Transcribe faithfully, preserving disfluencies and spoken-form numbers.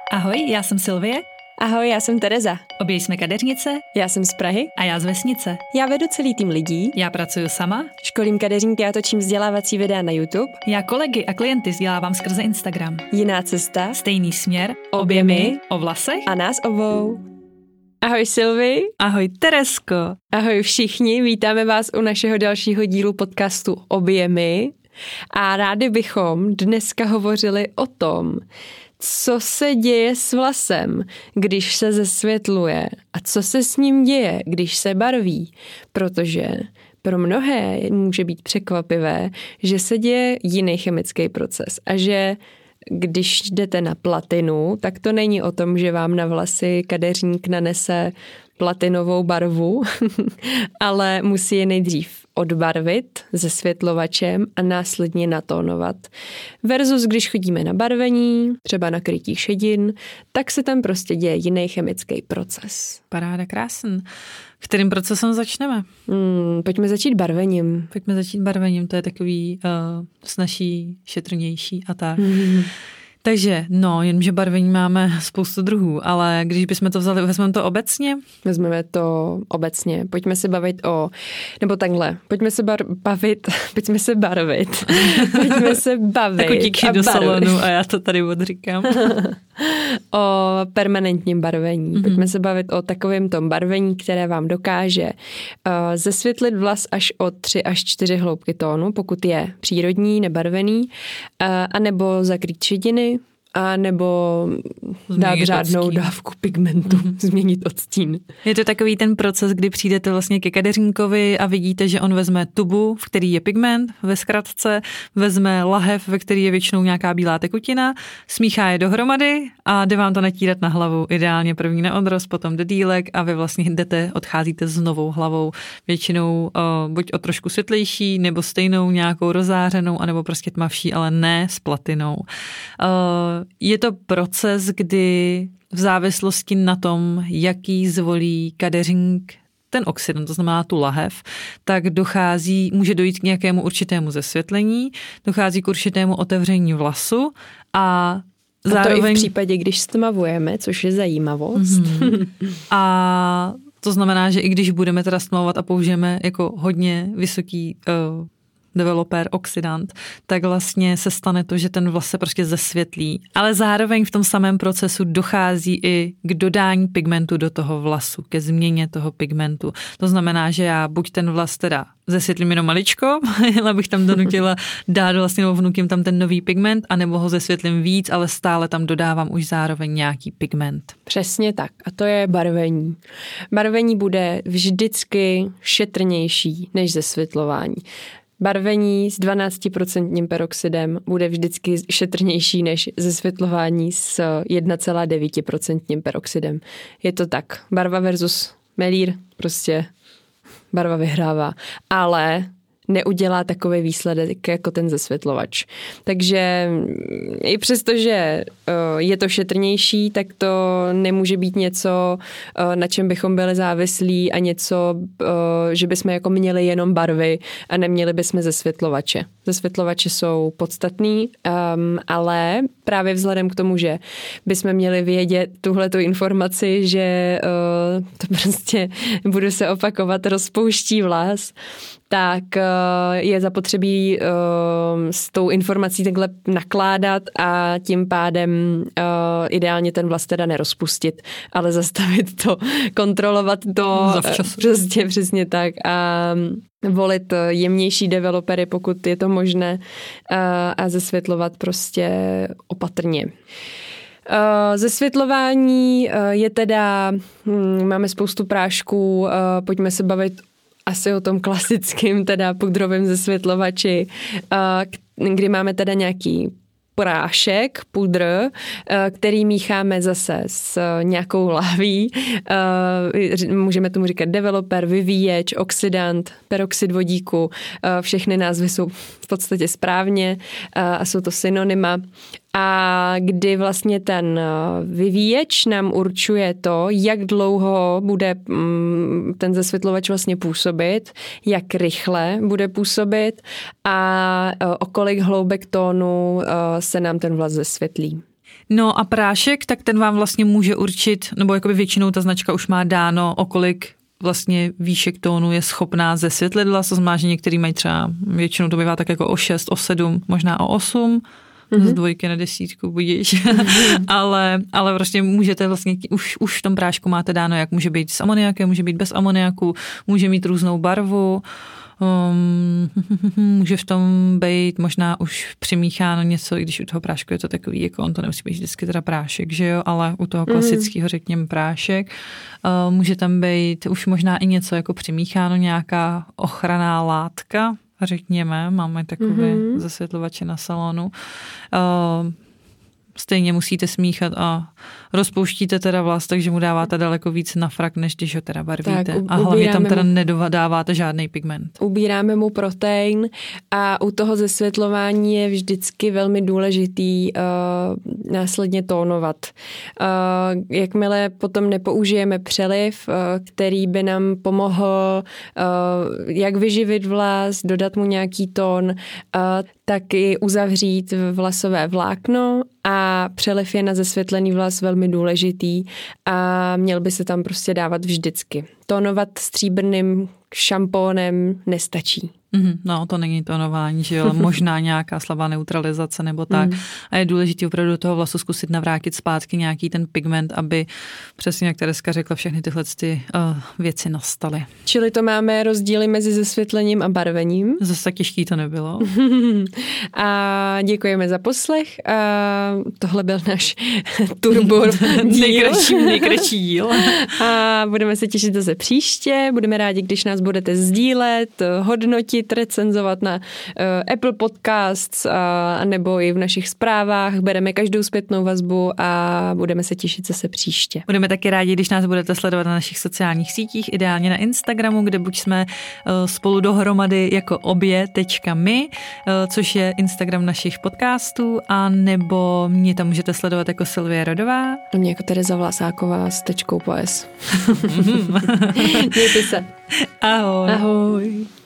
Ahoj, já jsem Sylvie. Ahoj, já jsem Tereza. Obě jsme kadeřnice. Já jsem z Prahy. A já z vesnice. Já vedu celý tým lidí. Já pracuji sama. Školím kadeřníky a točím vzdělávací videa na YouTube. Já kolegy a klienty vzdělávám skrze Instagram. Jiná cesta. Stejný směr. Obě my. O vlasech. A nás obou. Ahoj Sylvie. Ahoj Teresko. Ahoj všichni, vítáme vás u našeho dalšího dílu podcastu Obě my. A rádi bychom dneska hovořili o tom, co se děje s vlasem, když se zesvětluje a co se s ním děje, když se barví, protože pro mnohé může být překvapivé, že se děje jiný chemický proces a že když jdete na platinu, tak to není o tom, že vám na vlasy kadeřník nanese platinovou barvu, ale musí je nejdřív odbarvit zesvětlovačem a následně natónovat. Versus když chodíme na barvení, třeba na krytí šedin, tak se tam prostě děje jiný chemický proces. Paráda, krásný. Kterým procesem začneme? Hmm, pojďme začít barvením. Pojďme začít barvením, to je takový uh, snažší, šetrnější a tak. Hmm. Takže, no, jenže barvení máme spoustu druhů, ale když bychom to vzali, vezmeme to obecně? Vezmeme to obecně. Pojďme se bavit o, nebo takhle, pojďme se bar, bavit, pojďme se barvit. Pojďme se bavit. Tak utíkši do salonu a já to tady odříkám. O permanentním barvení. Mm-hmm. Pojďme se bavit o takovém tom barvení, které vám dokáže uh, zesvětlit vlas až o tři až čtyři hloubky tónu, pokud je přírodní, nebarvený, uh, anebo zakrýt šediny, a nebo dát řádnou odstín. Dávku pigmentu, mm-hmm. změnit odstín. Je to takový ten proces, kdy přijdete vlastně ke kadeřníkovi a vidíte, že on vezme tubu, v který je pigment, ve zkratce, vezme lahev, ve který je většinou nějaká bílá tekutina, smíchá je dohromady a jde vám to natírat na hlavu. Ideálně první na odrost, potom do dílek a vy vlastně jdete, odcházíte s novou hlavou. Většinou uh, buď o trošku světlejší, nebo stejnou nějakou rozářenou, anebo prostě tmavší, ale ne s platinou. Uh, Je to proces, kdy v závislosti na tom, jaký zvolí kadeřník ten oxidant, to znamená tu lahev, tak dochází, může dojít k nějakému určitému zesvětlení, dochází k určitému otevření vlasu a zároveň... A to i v případě, když stmavujeme, což je zajímavost. Mm-hmm. A to znamená, že i když budeme teda stmavovat a použijeme jako hodně vysoký uh, developer, oxidant, tak vlastně se stane to, že ten vlas se prostě zesvětlí. Ale zároveň v tom samém procesu dochází i k dodání pigmentu do toho vlasu, ke změně toho pigmentu. To znamená, že já buď ten vlas teda zesvětlím jenom maličko, ale bych tam donutila dát vlastně nebo vnukím tam ten nový pigment, anebo ho zesvětlím víc, ale stále tam dodávám už zároveň nějaký pigment. Přesně tak. A to je barvení. Barvení bude vždycky šetrnější než zesvětlování. Barvení s dvanáct procent peroxidem bude vždycky šetrnější než zesvětlování s jedna celá devět procent peroxidem. Je to tak. Barva versus melír, prostě barva vyhrává. Ale neudělá takový výsledek jako ten zesvětlovač. Takže i přesto, že je to šetrnější, tak to nemůže být něco, na čem bychom byli závislí a něco, že bychom jako měli jenom barvy a neměli bychom zesvětlovače. Zesvětlovače jsou podstatný, ale právě vzhledem k tomu, že bychom měli vědět tuhletu informaci, že to prostě, budu se opakovat, rozpouští vlas, tak je zapotřebí s tou informací takhle nakládat a tím pádem ideálně ten vlas teda nerozpustit, ale zastavit to, kontrolovat to. Zavčas. Přesně, přesně tak. A volit jemnější developery, pokud je to možné, a zesvětlovat prostě opatrně. Zesvětlování je teda, máme spoustu prášků, pojďme se bavit asi o tom klasickém, teda pudrovém zesvětlovači, kdy máme teda nějaký prášek, pudr, který mícháme zase s nějakou lahví. Můžeme tomu říkat developer, vyvíječ, oxidant, peroxid vodíku. Všechny názvy jsou v podstatě správně a jsou to synonyma. A kdy vlastně ten vyvíječ nám určuje to, jak dlouho bude ten zesvětlovač vlastně působit, jak rychle bude působit a o kolik hloubek tónu se nám ten vlas zesvětlí. No a prášek, tak ten vám vlastně může určit, nebo jakoby většinou ta značka už má dáno, o kolik vlastně výšek tónu je schopná zesvětlidla, to znamená, že některý mají třeba, většinou to bývá tak jako o šest, o sedm, možná o osm, mm-hmm. z dvojky na desítku budíš, mm-hmm. ale, ale prostě můžete vlastně, už, už v tom prášku máte dáno, jak může být s amoniakem, může být bez amoniaku, může mít různou barvu, Um, může v tom být možná už přimícháno něco, i když u toho prášku je to takový, jako on to nemusí být vždycky teda prášek, že jo, ale u toho klasického řekněme prášek. Uh, může tam být už možná i něco jako přimícháno, nějaká ochranná látka, řekněme, máme takové mm-hmm. zasvětlovače na salonu. Uh, Stejně musíte smíchat a rozpouštíte teda vlas, takže mu dáváte daleko víc na frak, než když ho teda barvíte. Tak, u, a hlavně tam teda mu, nedodáváte žádný pigment. Ubíráme mu protein a u toho zesvětlování je vždycky velmi důležitý uh, následně tónovat. Uh, jakmile potom nepoužijeme přeliv, uh, který by nám pomohl uh, jak vyživit vlas, dodat mu nějaký tón, uh, tak i uzavřít vlasové vlákno a přeliv je na zesvětlený vlas velmi důležitý a měl by se tam prostě dávat vždycky. Tónovat stříbrným šampónem nestačí. Mm, no, to není tonování, že jo, možná nějaká slabá neutralizace nebo tak. Mm. A je důležité opravdu do toho vlasu zkusit navrátit zpátky nějaký ten pigment, aby přesně, jak Tereska řekla, všechny tyhle ty, uh, věci nastaly. Čili to máme rozdíly mezi zesvětlením a barvením. Zase tak těžký to nebylo. A děkujeme za poslech. A tohle byl náš turbo díl. nejkratší, nejkratší díl. A budeme se těšit zase příště. Budeme rádi, když nás budete sdílet, hodnotit, recenzovat na uh, Apple Podcasts uh, nebo i v našich zprávách. Bereme každou zpětnou vazbu a budeme se těšit zase příště. Budeme taky rádi, když nás budete sledovat na našich sociálních sítích, ideálně na Instagramu, kde buď jsme uh, spolu dohromady jako obě tečka my, uh, což je Instagram našich podcastů, a nebo mě tam můžete sledovat jako Silvie Rodová. A mě jako Tereza Vlasáková s tečkou po S. Mějte se. Ahoj. Ahoj.